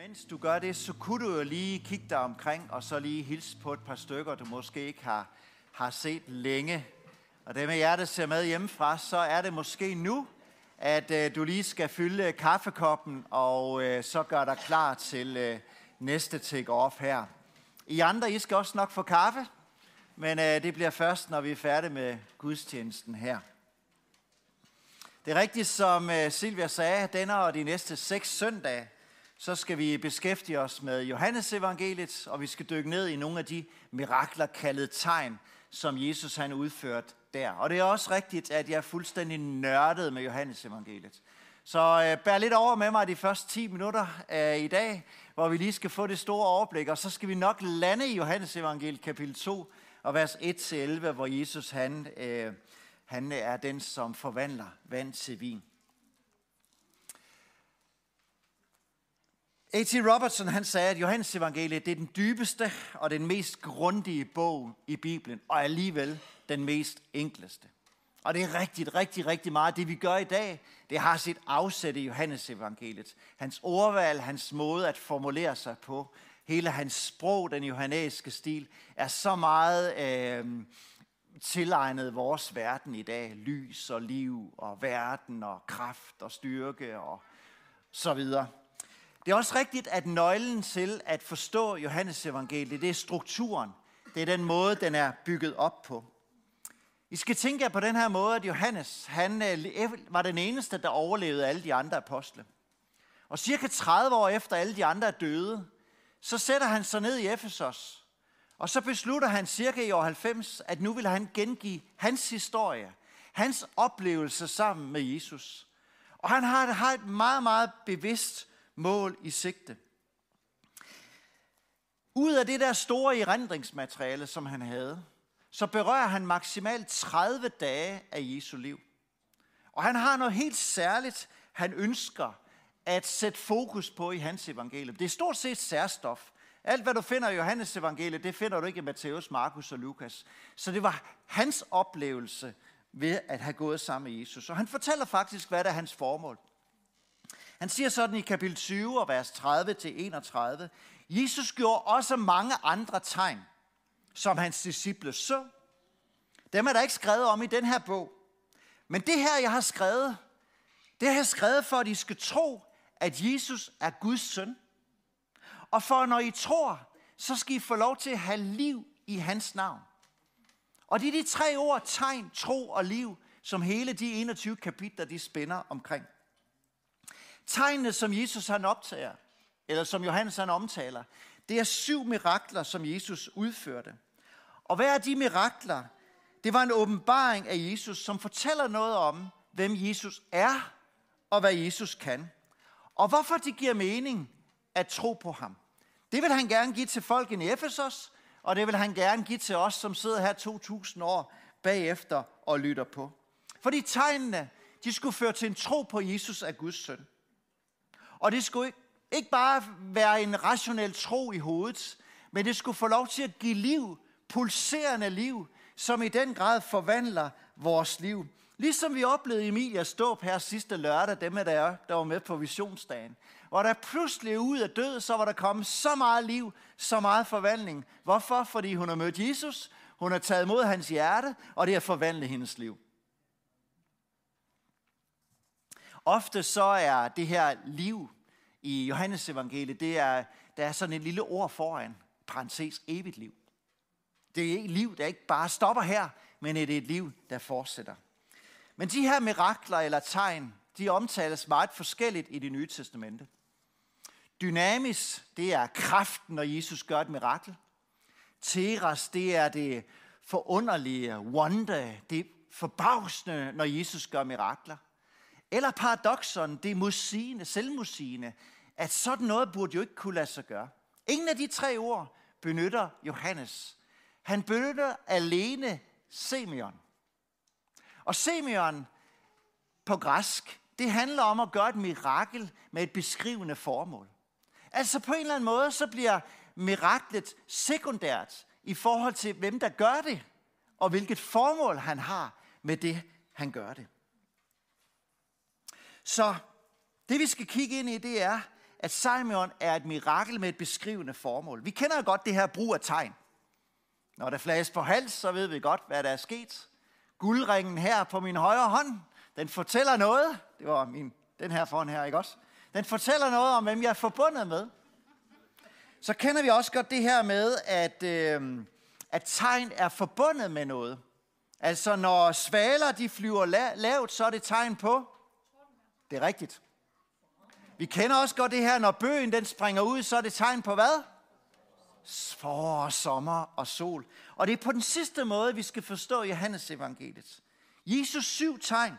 Mens du gør det, så kunne du jo lige kigge dig omkring, og så lige hilse på et par stykker, du måske ikke har set længe. Og dem af jer, der ser med hjemmefra, så er det måske nu, at du lige skal fylde kaffekoppen, og så gør dig klar til næste take-off her. I andre, I skal også nok få kaffe, men det bliver først, når vi er færdige med gudstjenesten her. Det er rigtigt, som Silvia sagde, denne og de næste 6 søndage, så skal vi beskæftige os med Johannes evangeliet, og vi skal dykke ned i nogle af de mirakler kaldet tegn, som Jesus han udførte der. Og det er også rigtigt, at jeg er fuldstændig nørdet med Johannes evangeliet. Så bær lidt over med mig de første 10 minutter i dag, hvor vi lige skal få det store overblik, og så skal vi nok lande i Johannes evangeliet kapitel 2 og vers 1-11, hvor Jesus han er den, som forvandler vand til vin. A.T. Robertson han sagde, at Johannes evangeliet det er den dybeste og den mest grundige bog i Bibelen, og alligevel den mest enkleste. Og det er rigtig meget. Det vi gør i dag, det har sit afsæt i Johannes evangeliet. Hans ordvalg, hans måde at formulere sig på, hele hans sprog, den johannæiske stil, er så meget tilegnet vores verden i dag. Lys og liv og verden og kraft og styrke og så videre. Det er også rigtigt, at nøglen til at forstå Johannes evangeliet, det er strukturen. Det er den måde, den er bygget op på. I skal tænke på den her måde, at Johannes han var den eneste, der overlevede alle de andre apostle. Og cirka 30 år efter alle de andre er døde, så sætter han sig ned i Efesos. Og så beslutter han cirka i år 90, at nu vil han gengive hans historie, hans oplevelse sammen med Jesus. Og han har et meget bevidst mål i sigte. Ud af det der store erindringsmateriale, som han havde, så berører han maksimalt 30 dage af Jesu liv. Og han har noget helt særligt, han ønsker at sætte fokus på i hans evangelium. Det er stort set særstof. Alt, hvad du finder i Johannes evangeliet, det finder du ikke i Matthæus, Markus og Lukas. Så det var hans oplevelse ved at have gået sammen med Jesus. Og han fortæller faktisk, hvad der er hans formål. Han siger sådan i kapitel 20 og vers 30-31, Jesus gjorde også mange andre tegn, som hans disciple så. Dem er der ikke skrevet om i den her bog. Men det her, jeg har skrevet, det har jeg skrevet for, at I skal tro, at Jesus er Guds søn. Og for når I tror, så skal I få lov til at have liv i hans navn. Og det er de 3 ord, tegn, tro og liv, som hele de 21 kapitler, de spænder omkring. Tegnene, som Jesus han optager, eller som Johannes han omtaler, det er 7 mirakler, som Jesus udførte. Og hver af de mirakler, det var en åbenbaring af Jesus, som fortæller noget om, hvem Jesus er, og hvad Jesus kan. Og hvorfor det giver mening at tro på ham. Det vil han gerne give til folken i Efesos, og det vil han gerne give til os, som sidder her 2000 år bagefter og lytter på. Fordi tegnene, de skulle føre til en tro på Jesus af Guds søn. Og det skulle ikke bare være en rationel tro i hovedet, men det skulle få lov til at give liv, pulserende liv, som i den grad forvandler vores liv. Ligesom vi oplevede Emilias dåb her sidste lørdag, dem af der var med på visionsdagen. Hvor der pludselig ud af død, så var der kommet så meget liv, så meget forvandling. Hvorfor? Fordi hun har mødt Jesus, hun har taget imod hans hjerte, og det har forvandlet hendes liv. Ofte så er det her liv i Johannes evangeliet, der er sådan et lille ord foran, parentes evigt liv. Det er et liv, der ikke bare stopper her, men det er et liv, der fortsætter. Men de her mirakler eller tegn, de omtales meget forskelligt i Det Nye Testamente. Dynamis, det er kraften, når Jesus gør et mirakel. Teras, det er det forunderlige, wonder, det forbavsende, når Jesus gør mirakler. Eller paradoxon, det er modsigende, selvmodsigende, at sådan noget burde jo ikke kunne lade sig gøre. Ingen af de 3 ord benytter Johannes. Han benytter alene Semeion. Og Semeion på græsk, det handler om at gøre et mirakel med et beskrivende formål. Altså på en eller anden måde, så bliver miraklet sekundært i forhold til, hvem der gør det, og hvilket formål han har med det, han gør det. Så det vi skal kigge ind i, det er, at Simeon er et mirakel med et beskrivende formål. Vi kender jo godt det her brug af tegn. Når der flages på hals, så ved vi godt, hvad der er sket. Guldringen her på min højre hånd, den fortæller noget. Det var den her foran her, ikke også? Den fortæller noget om, hvem jeg er forbundet med. Så kender vi også godt det her med, at tegn er forbundet med noget. Altså når svaler de flyver lavt, så er det tegn på. Det er rigtigt. Vi kender også godt det her, når bøgen den springer ud, så er det tegn på hvad? Forår, sommer og sol. Og det er på den sidste måde, vi skal forstå Johannes evangeliet. Jesus 7 tegn.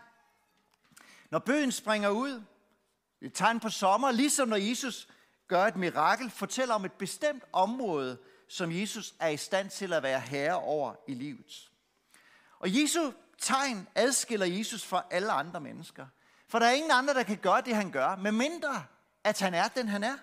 Når bøgen springer ud, det er et tegn på sommer, ligesom når Jesus gør et mirakel, fortæller om et bestemt område, som Jesus er i stand til at være herre over i livet. Og Jesu tegn adskiller Jesus fra alle andre mennesker. For der er ingen andre, der kan gøre det, han gør, medmindre at han er den, han er.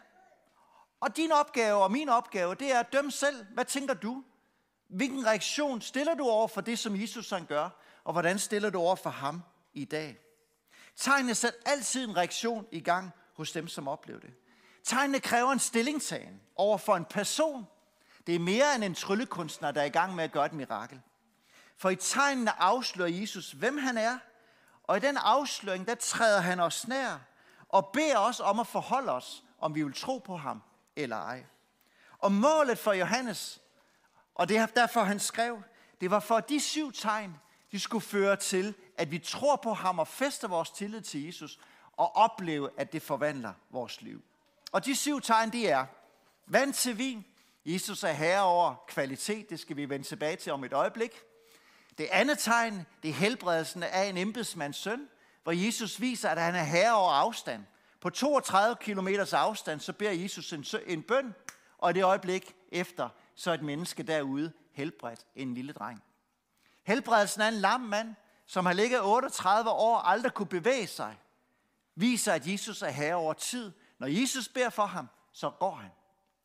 Og din opgave og min opgave, det er at dømme selv. Hvad tænker du? Hvilken reaktion stiller du over for det, som Jesus han gør? Og hvordan stiller du over for ham i dag? Tegnene sætter altid en reaktion i gang hos dem, som oplever det. Tegnene kræver en stillingtagen over for en person. Det er mere end en tryllekunstner, der er i gang med at gøre et mirakel. For i tegnene afslører Jesus, hvem han er. Og i den afsløring, der træder han os nær og beder os om at forholde os, om vi vil tro på ham eller ej. Og målet for Johannes, og det er derfor han skrev, det var for, at de 7 tegn, de skulle føre til, at vi tror på ham og fæster vores tillid til Jesus og opleve, at det forvandler vores liv. Og de 7 tegn, de er vand til vin. Jesus er herre over kvalitet, det skal vi vende tilbage til om et øjeblik. Det andet tegn, det er helbredelsen af en embedsmands søn, hvor Jesus viser, at han er herre over afstand. På 32 kilometers afstand, så beder Jesus en bøn, og i det øjeblik efter, så er et menneske derude helbredt, en lille dreng. Helbredelsen af en lam mand, som har ligget 38 år og aldrig kunne bevæge sig, viser, at Jesus er herre over tid. Når Jesus beder for ham, så går han.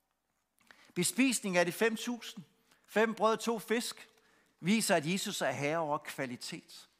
Bespisning af de 5.000, 5 brød, 2 fisk, viser, at Jesus er herre over kvalitet.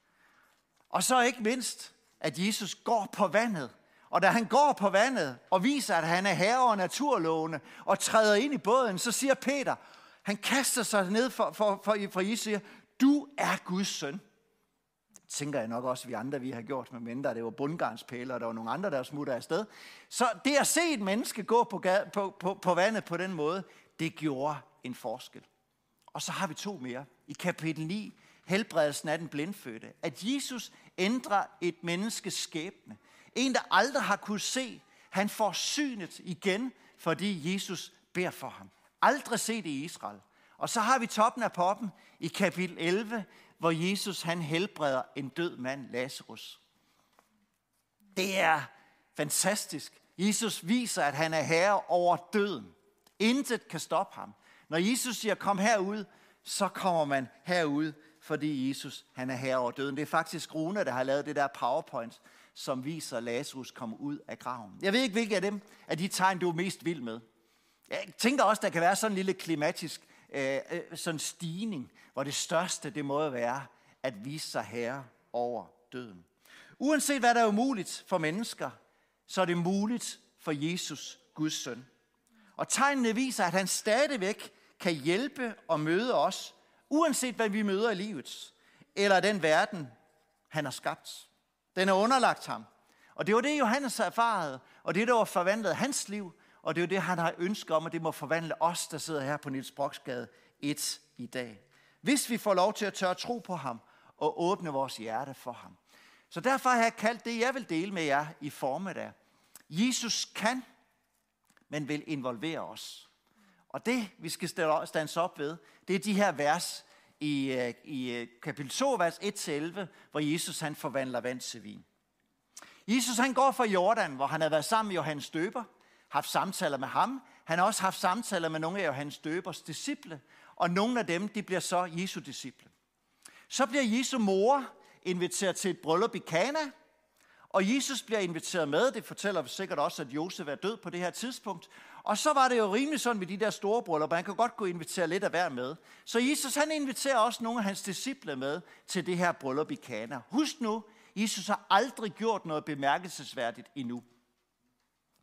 Og så ikke mindst, at Jesus går på vandet. Og da han går på vandet og viser, at han er herre over naturlovene og træder ind i båden, så siger Peter, han kaster sig ned for Jesus og siger, du er Guds søn. Det tænker jeg nok også, vi andre vi har gjort, med mindre det var bundgarnspæle, og der var nogle andre, der smutter afsted. Så det at se et menneske gå på vandet på den måde, det gjorde en forskel. Og så har vi 2 mere. I kapitel 9, helbredelsen af den blindfødte. At Jesus ændrer et menneskes skæbne. En, der aldrig har kunnet se, han får synet igen, fordi Jesus beder for ham. Aldrig set i Israel. Og så har vi toppen af poppen i kapitel 11, hvor Jesus han helbreder en død mand, Lazarus. Det er fantastisk. Jesus viser, at han er herre over døden. Intet kan stoppe ham. Når Jesus siger, kom herud, så kommer man herud, fordi Jesus han er herre over døden. Det er faktisk Rune, der har lavet det der PowerPoint, som viser, at Lazarus kommer ud af graven. Jeg ved ikke, hvilke af dem af de tegn, du er mest vild med. Jeg tænker også, der kan være sådan en lille klimatisk sådan stigning, hvor det største, det må være at vise sig herre over døden. Uanset hvad der er umuligt for mennesker, så er det muligt for Jesus, Guds søn. Og tegnene viser, at han stadigvæk kan hjælpe og møde os, uanset hvad vi møder i livet, eller den verden, han har skabt. Den er underlagt ham. Og det var det, Johannes erfarede, og det, der var forvandlet hans liv, og det er det, han har ønsket om, at det må forvandle os, der sidder her på Niels Broksgade 1 i dag. Hvis vi får lov til at tørre tro på ham, og åbne vores hjerte for ham. Så derfor har jeg kaldt det, jeg vil dele med jer i formiddag. Jesus kan, men vil involvere os. Og det, vi skal stands op ved, det er de her vers i kapitel 2, vers 1-11, hvor Jesus han forvandler vand til vin. Jesus han går fra Jordan, hvor han har været sammen med Johannes Døber, haft samtaler med ham. Han har også haft samtaler med nogle af Johannes Døbers disciple, og nogle af dem, de bliver så Jesu disciple. Så bliver Jesu mor inviteret til et bryllup i Kana, og Jesus bliver inviteret med. Det fortæller vi sikkert også, at Josef er død på det her tidspunkt. Og så var det jo rimelig sådan ved de der store bryllupper. Han kan godt gå invitere lidt af hver med. Så Jesus han inviterer også nogle af hans disciple med til det her bryllup i Kana. Husk nu, Jesus har aldrig gjort noget bemærkelsesværdigt endnu.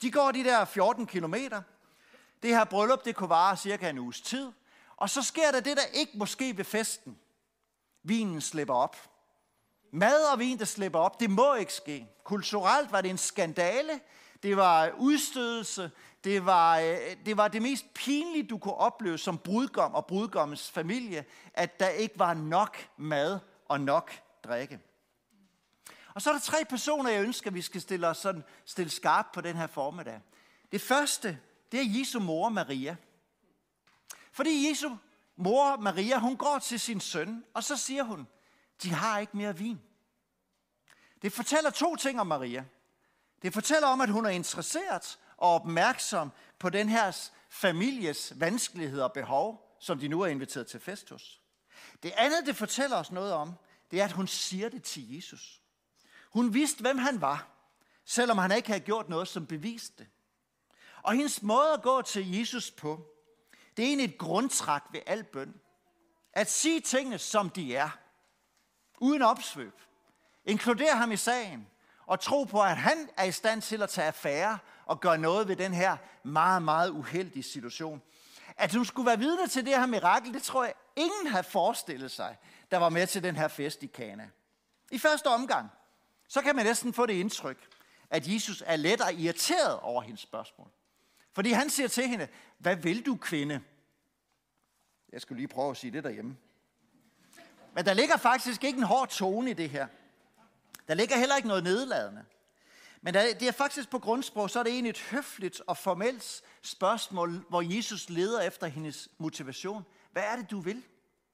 De går de der 14 kilometer. Det her bryllup, det kunne vare cirka en uges tid. Og så sker der det, der ikke måske ved festen. Vinen slipper op. Mad og vin, der slipper op, det må ikke ske. Kulturelt var det en skandale. Det var udstødelse. Det var det mest pinlige, du kunne opleve som brudgom og brudgommens familie, at der ikke var nok mad og nok drikke. Og så er der 3 personer, jeg ønsker, vi skal stille skarpt på den her formiddag. Det første, det er Jesu mor Maria. Fordi Jesu mor Maria, hun går til sin søn, og så siger hun, de har ikke mere vin. Det fortæller 2 ting om Maria. Det fortæller om, at hun er interesseret og opmærksom på den her families vanskeligheder og behov, som de nu er inviteret til fest hos. Det andet, det fortæller os noget om, det er, at hun siger det til Jesus. Hun vidste, hvem han var, selvom han ikke havde gjort noget, som beviste det. Og hendes måde at gå til Jesus på, det er egentlig et grundtræk ved al bøn. At sige tingene, som de er, uden opsvøb. Inkludere ham i sagen, og tro på, at han er i stand til at tage affære og gøre noget ved den her meget, meget uheldige situation. At hun skulle være vidne til det her mirakel, det tror jeg ingen havde forestillet sig, der var med til den her fest i Kana. I første omgang, så kan man næsten få det indtryk, at Jesus er let og irriteret over hendes spørgsmål. Fordi han siger til hende, hvad vil du, kvinde? Jeg skulle lige prøve at sige det derhjemme. Men der ligger faktisk ikke en hård tone i det her. Der ligger heller ikke noget nedladende. Men det er faktisk på grundsprog, så er det egentlig et høfligt og formelt spørgsmål, hvor Jesus leder efter hendes motivation. Hvad er det, du vil?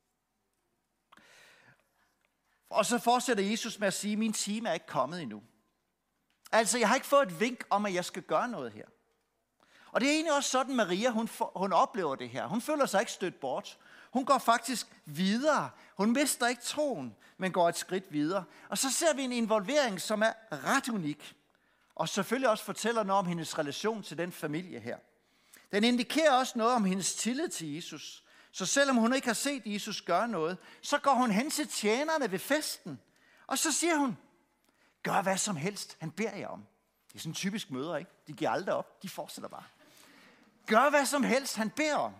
Og så fortsætter Jesus med at sige, min time er ikke kommet endnu. Altså, jeg har ikke fået et vink om, at jeg skal gøre noget her. Og det er egentlig også sådan, Maria, hun oplever det her. Hun føler sig ikke stødt bort. Hun går faktisk videre. Hun mister ikke troen, men går et skridt videre. Og så ser vi en involvering, som er ret unik. Og selvfølgelig også fortæller noget om hendes relation til den familie her. Den indikerer også noget om hendes tillid til Jesus. Så selvom hun ikke har set Jesus gøre noget, så går hun hen til tjenerne ved festen. Og så siger hun, gør hvad som helst, han beder jer om. Det er sådan en typisk møder, ikke? De giver aldrig op, de fortsætter bare. Gør hvad som helst, han beder om.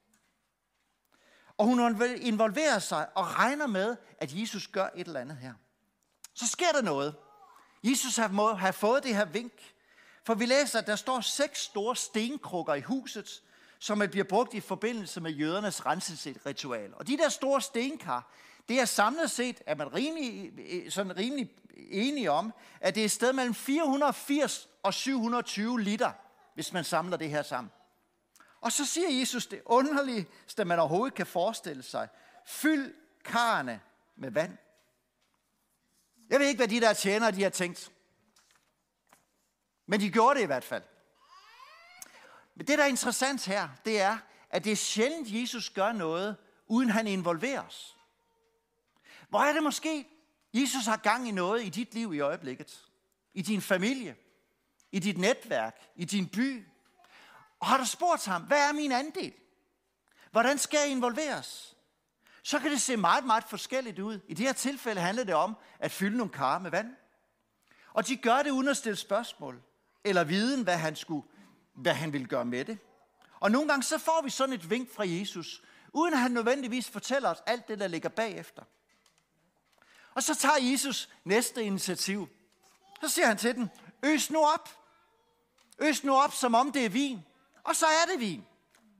Og hun involverer sig og regner med, at Jesus gør et eller andet her. Så sker der noget. Jesus må have fået det her vink. For vi læser, at der står 6 store stenkrukker i huset, som bliver brugt i forbindelse med jødernes renselsesritual. Og de der store stenkar, det er samlet set, at man rimelig enige om, at det er et sted mellem 480 og 720 liter, hvis man samler det her sammen. Og så siger Jesus det underligste, man overhovedet kan forestille sig. Fyld karrene med vand. Jeg ved ikke, hvad de der tjenere, de har tænkt. Men de gjorde det i hvert fald. Men det, der er interessant her, det er, at det er sjældent, Jesus gør noget, uden han involverer os. Hvor er det måske, Jesus har gang i noget i dit liv i øjeblikket? I din familie? I dit netværk? I din by? Og har du spurgt ham, hvad er min andel? Hvordan skal jeg involveres? Så kan det se meget, meget forskelligt ud. I det her tilfælde handler det om at fylde nogle karre med vand. Og de gør det uden at stille spørgsmål, eller viden, hvad han vil gøre med det. Og nogle gange så får vi sådan et vink fra Jesus, uden at han nødvendigvis fortæller os alt det, der ligger bagefter. Og så tager Jesus næste initiativ. Så siger han til den, øs nu op. Øs nu op, som om det er vin. Og så er det vin.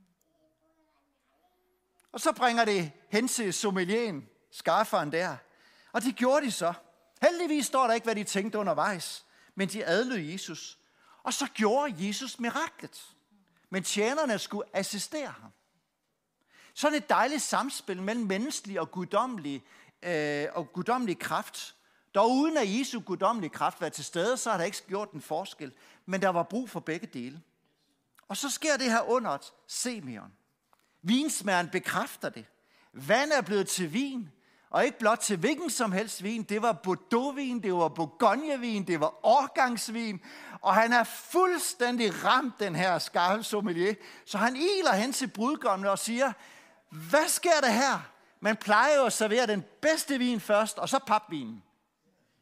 Og så bringer det hen til sommelieren, skafferen der. Og det gjorde de så. Heldigvis står der ikke, hvad de tænkte undervejs. Men de adlød Jesus. Og så gjorde Jesus miraklet. Men tjenerne skulle assistere ham. Sådan et dejligt samspil mellem menneskelig og guddommelig kraft. Dog uden at Jesu guddommelige kraft var til stede, så har der ikke gjort en forskel. Men der var brug for begge dele. Og så sker det her underet, Simeon. Vinsmageren bekræfter det. Vand er blevet til vin, og ikke blot til hvilken som helst vin. Det var Bordeaux-vin, det var Bourgogne-vin, det var årgangsvin. Og han er fuldstændig ramt, den her skarpe sommelier. Så han iler hen til brudgommen og siger, hvad sker der her? Man plejer jo at servere den bedste vin først, og så papvinen.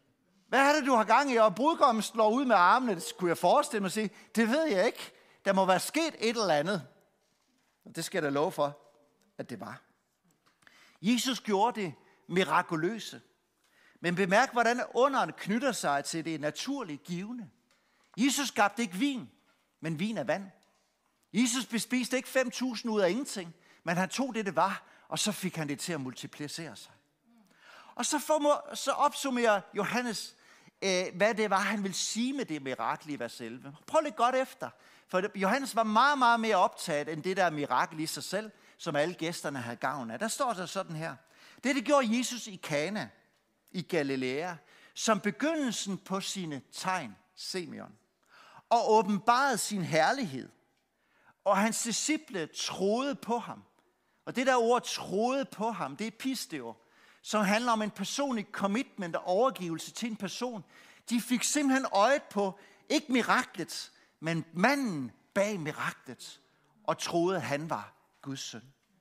Hvad er det, du har gang i? Og brudgommen slår ud med armene. Det kunne jeg forestille mig at sige. Det ved jeg ikke. Der må være sket et eller andet. Og det skal jeg da love for, at det var. Jesus gjorde det mirakuløse. Men bemærk, hvordan underen knytter sig til det naturlige givende. Jesus skabte ikke vin, men vin af vand. Jesus bespiste ikke 5.000 ud af ingenting, men han tog det var, og så fik han det til at multiplicere sig. Og så opsummerer Johannes, hvad det var, han ville sige med det mirakel i vers 11. Prøv lidt godt efter, for Johannes var meget, meget mere optaget end det der mirakel i sig selv, som alle gæsterne havde gavn af. Der står der sådan her. Det gjorde Jesus i Kana i Galilea, som begyndelsen på sine tegn, Simeon, og åbenbarede sin herlighed. Og hans disciple troede på ham. Og det der ord troede på ham, det er pisteo, som handler om en personlig commitment og overgivelse til en person. De fik simpelthen øjet på, ikke miraklet, men manden bag miraklet, og troede, at han var Guds søn.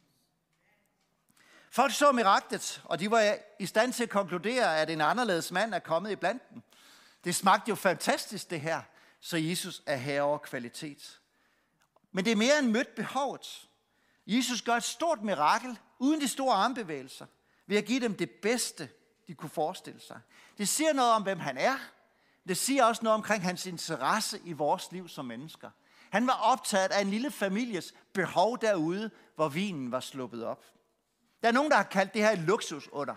Folk så miraklet, og de var i stand til at konkludere, at en anderledes mand er kommet i blandt dem. Det smagte jo fantastisk det her, så Jesus er herre over kvalitet. Men det er mere end mødt behovet. Jesus gør et stort mirakel, uden de store armbevægelser, ved at give dem det bedste, de kunne forestille sig. Det siger noget om, hvem han er. Det siger også noget omkring hans interesse i vores liv som mennesker. Han var optaget af en lille families behov derude, hvor vinen var sluppet op. Der er nogen, der har kaldt det her et luksusunder.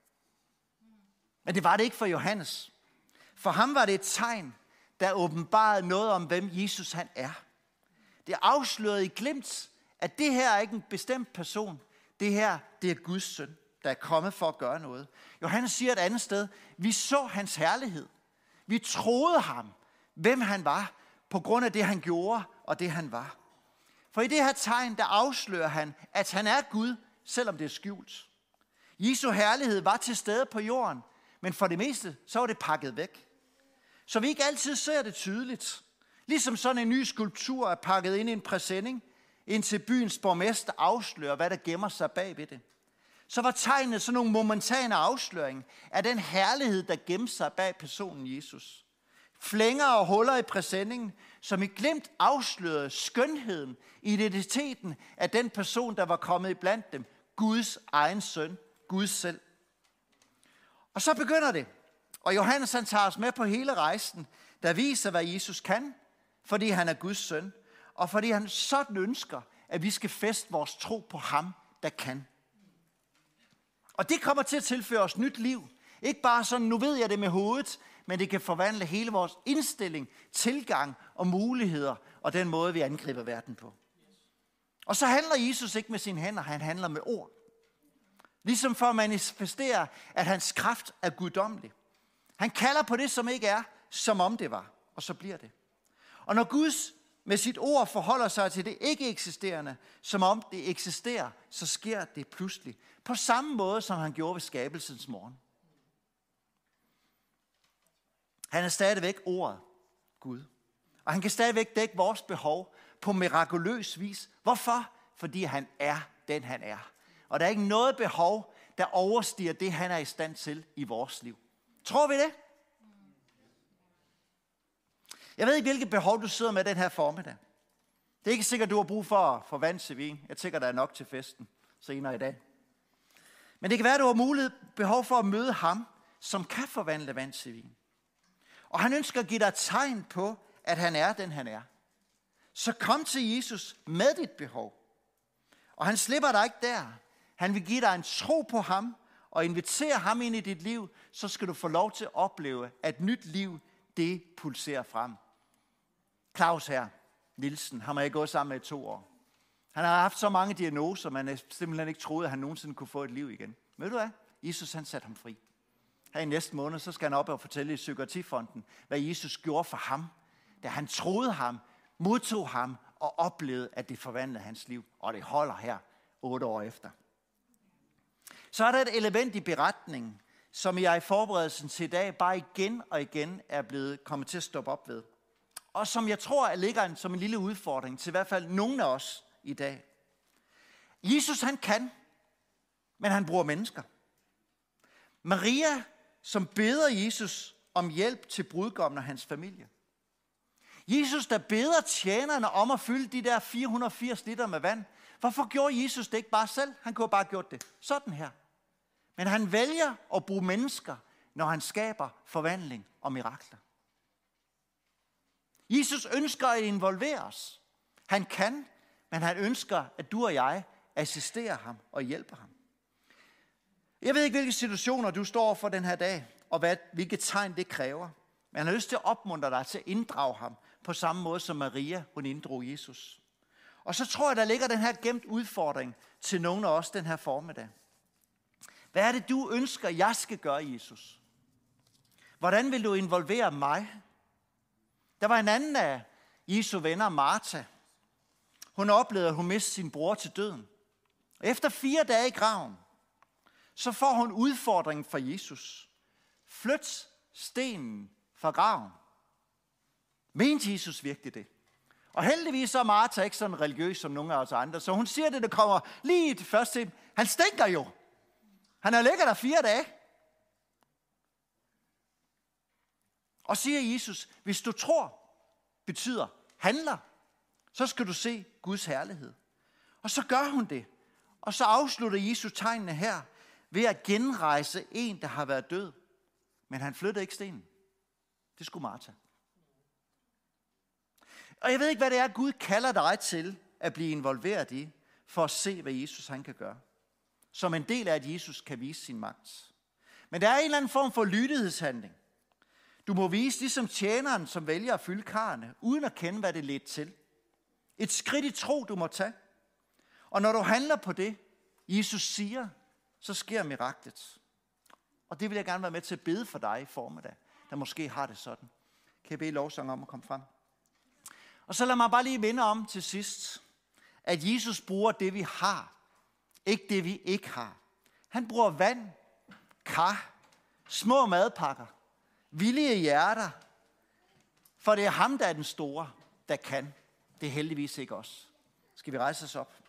Men det var det ikke for Johannes. For ham var det et tegn, der åbenbarede noget om, hvem Jesus han er. Det afslørede i glimt, at det her er ikke en bestemt person. Det her, det er Guds søn, der er kommet for at gøre noget. Johannes siger et andet sted, vi så hans herlighed. Vi troede ham, hvem han var, på grund af det, han gjorde og det, han var. For i det her tegn, der afslører han, at han er Gud, selvom det er skjult. Jesu herlighed var til stede på jorden, men for det meste, så var det pakket væk. Så vi ikke altid ser det tydeligt. Ligesom sådan en ny skulptur er pakket ind i en præsending, indtil byens borgmester afslører, hvad der gemmer sig bag ved det. Så var tegnet sådan nogle momentane afsløring af den herlighed, der gemte sig bag personen Jesus. Flænger og huller i præsendingen, som i glimt afslørede skønheden, identiteten af den person, der var kommet iblandt dem. Guds egen søn, Gud selv. Og så begynder det. Og Johannes han tager os med på hele rejsen, der viser, hvad Jesus kan, fordi han er Guds søn, og fordi han sådan ønsker, at vi skal fæste vores tro på ham, der kan. Og det kommer til at tilføre os nyt liv. Ikke bare sådan, nu ved jeg det med hovedet, men det kan forvandle hele vores indstilling, tilgang og muligheder, og den måde, vi angriber verden på. Og så handler Jesus ikke med sine hænder, han handler med ord. Ligesom for at manifestere, at hans kraft er guddommelig. Han kalder på det, som ikke er, som om det var, og så bliver det. Og når Gud med sit ord forholder sig til det ikke eksisterende, som om det eksisterer, så sker det pludselig. På samme måde, som han gjorde ved skabelsens morgen. Han er stadigvæk ordet, Gud. Og han kan stadigvæk dække vores behov på mirakuløs vis. Hvorfor? Fordi han er den, han er. Og der er ikke noget behov, der overstiger det, han er i stand til i vores liv. Tror vi det? Jeg ved ikke, hvilket behov du sidder med den her formiddag. Det er ikke sikkert, du har brug for vand til vin. Jeg tænker, der er nok til festen senere i dag. Men det kan være, at du har behov for at møde ham, som kan forvandle vand til vin. Og han ønsker at give dig et tegn på, at han er den, han er. Så kom til Jesus med dit behov. Og han slipper dig ikke der. Han vil give dig en tro på ham, og invitere ham ind i dit liv, så skal du få lov til at opleve, at nyt liv, det pulserer frem. Claus her, Nielsen, har man gået sammen med i 2 år. Han har haft så mange diagnoser, man simpelthen ikke troede, at han nogensinde kunne få et liv igen. Ved du hvad? Jesus han satte ham fri. Her i næste måned, så skal han op og fortælle i Psykiatrifonden, hvad Jesus gjorde for ham, da han troede ham, modtog ham og oplevede, at det forvandlede hans liv. Og det holder her 8 år efter. Så er der et element i beretningen, som jeg i forberedelsen til i dag bare igen og igen er kommet til at stoppe op ved. Og som jeg tror ligger som en lille udfordring til i hvert fald nogen af os i dag. Jesus han kan, men han bruger mennesker. Maria, som beder Jesus om hjælp til brudgommen og hans familie. Jesus, der beder tjenerne om at fylde de der 480 liter med vand. Hvorfor gjorde Jesus det ikke bare selv? Han kunne bare have gjort det sådan her. Men han vælger at bruge mennesker, når han skaber forvandling og mirakler. Jesus ønsker at involvere os. Han kan, men han ønsker, at du og jeg assisterer ham og hjælper ham. Jeg ved ikke, hvilke situationer du står for den her dag, og hvilke tegn det kræver. Men han har lyst til at opmuntre dig til at inddrage ham på samme måde, som Maria, hun inddrog Jesus. Og så tror jeg, der ligger den her gemt udfordring til nogen af os den her formiddag. Hvad er det, du ønsker, jeg skal gøre, Jesus? Hvordan vil du involvere mig? Der var en anden af Jesu venner, Martha. Hun oplevede, at hun mistede sin bror til døden. Og efter 4 dage i graven, så får hun udfordringen fra Jesus. Flyt stenen fra graven. Mente Jesus virkelig det? Og heldigvis så er Martha ikke sådan religiøs som nogle af os andre, så hun siger det, der kommer lige til først til. Han stinker jo. Han har ligget der 4 dage. Og siger Jesus, hvis du tror, betyder handler, så skal du se Guds herlighed. Og så gør hun det. Og så afslutter Jesus tegnene her ved at genrejse en, der har været død. Men han flyttede ikke stenen. Det skulle Martha. Og jeg ved ikke, hvad det er, Gud kalder dig til at blive involveret i, for at se, hvad Jesus han kan gøre. Som en del af, at Jesus kan vise sin magt. Men der er en eller anden form for lydighedshandling. Du må vise ligesom tjeneren, som vælger at fylde karrene, uden at kende, hvad det ledte til. Et skridt i tro, du må tage. Og når du handler på det, Jesus siger, så sker miraklet. Og det vil jeg gerne være med til at bede for dig i formiddag, der måske har det sådan. Kan jeg bede lovsang om at komme frem? Og så lad mig bare lige minde om til sidst, at Jesus bruger det, vi har, ikke det, vi ikke har. Han bruger vand, kar, små madpakker, villige hjerter, for det er ham, der er den store, der kan. Det er heldigvis ikke os. Skal vi rejse os op?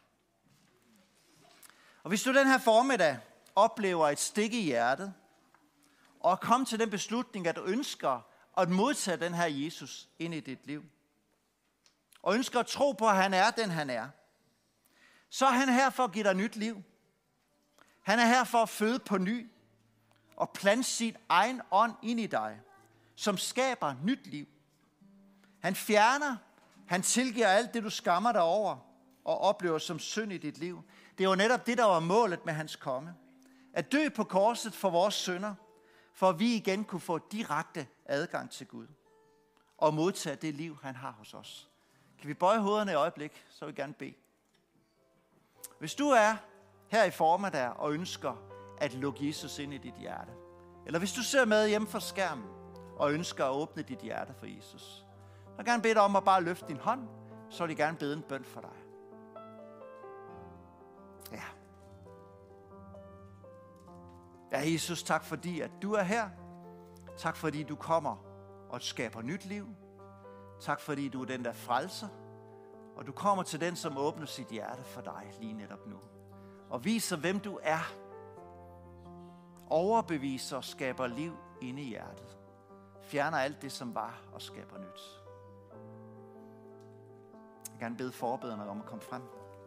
Og hvis du den her formiddag oplever et stik i hjertet, og kom til den beslutning, at du ønsker at modtage den her Jesus ind i dit liv, og ønsker at tro på, at han er den, han er, så er han her for at give dig nyt liv. Han er her for at føde på ny, og plante sin egen ånd ind i dig, som skaber nyt liv. Han fjerner, han tilgiver alt det, du skammer dig over, og oplever som synd i dit liv. Det var netop det, der var målet med hans komme. At dø på korset for vores synder, for at vi igen kunne få direkte adgang til Gud, og modtage det liv, han har hos os. Kan vi bøje hovederne i øjeblik, så vil jeg gerne bede. Hvis du er her i formiddag og ønsker at lukke Jesus ind i dit hjerte, eller hvis du ser med hjemme fra skærmen og ønsker at åbne dit hjerte for Jesus, så vil jeg gerne bede dig om at bare løfte din hånd, så vil jeg gerne bede en bøn for dig. Ja. Ja, Jesus, tak fordi, at du er her. Tak fordi, du kommer og skaber nyt liv. Tak fordi, du er den, der frelser. Og du kommer til den, som åbner sit hjerte for dig lige netop nu. Og viser, hvem du er. Overbeviser og skaber liv inde i hjertet. Fjerner alt det, som var, og skaber nyt. Jeg vil gerne bede forbederne om at komme frem.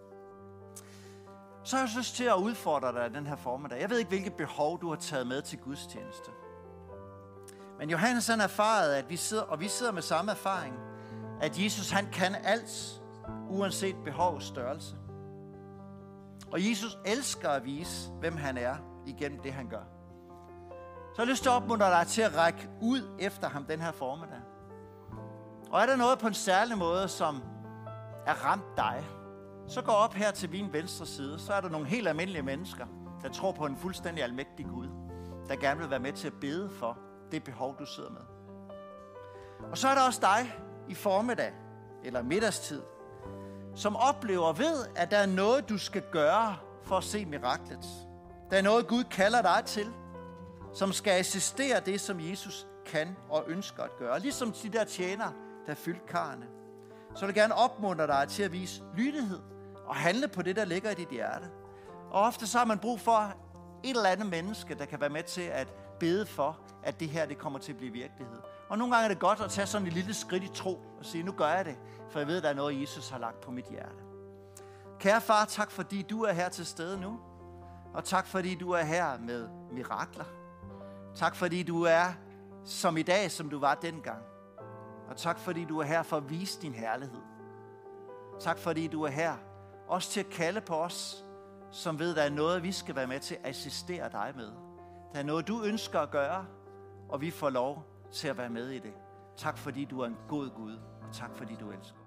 Så har jeg lyst til at udfordre dig den her formiddag. Jeg ved ikke, hvilket behov du har taget med til gudstjeneste. Men Johannes han erfarede, at vi sidder med samme erfaring, at Jesus han kan alt, uanset behovs størrelse. Og Jesus elsker at vise, hvem han er, igennem det han gør. Så jeg har lyst til at opmuntre dig til at række ud efter ham den her formiddag. Og er der noget på en særlig måde, som er ramt dig, så gå op her til min venstre side, så er der nogle helt almindelige mennesker, der tror på en fuldstændig almægtig Gud, der gerne vil være med til at bede for det behov, du sidder med. Og så er der også dig i formiddag, eller middagstid, som oplever og ved, at der er noget, du skal gøre for at se miraklet. Der er noget, Gud kalder dig til, som skal assistere det, som Jesus kan og ønsker at gøre. Ligesom de der tjenere, der fyldte karrene. Så vil jeg gerne opmuntre dig til at vise lydighed og handle på det, der ligger i dit hjerte. Og ofte så har man brug for et eller andet menneske, der kan være med til at bede for, at det her det kommer til at blive virkelighed. Og nogle gange er det godt at tage sådan et lille skridt i tro og sige, nu gør jeg det, for jeg ved, at der er noget, Jesus har lagt på mit hjerte. Kære far, tak fordi du er her til stede nu. Og tak fordi du er her med mirakler. Tak fordi du er som i dag, som du var dengang. Og tak fordi du er her for at vise din herlighed. Tak fordi du er her også til at kalde på os, som ved, der er noget, vi skal være med til at assistere dig med. Der er noget, du ønsker at gøre, og vi får lov til at være med i det. Tak fordi du er en god Gud, og tak fordi du elsker.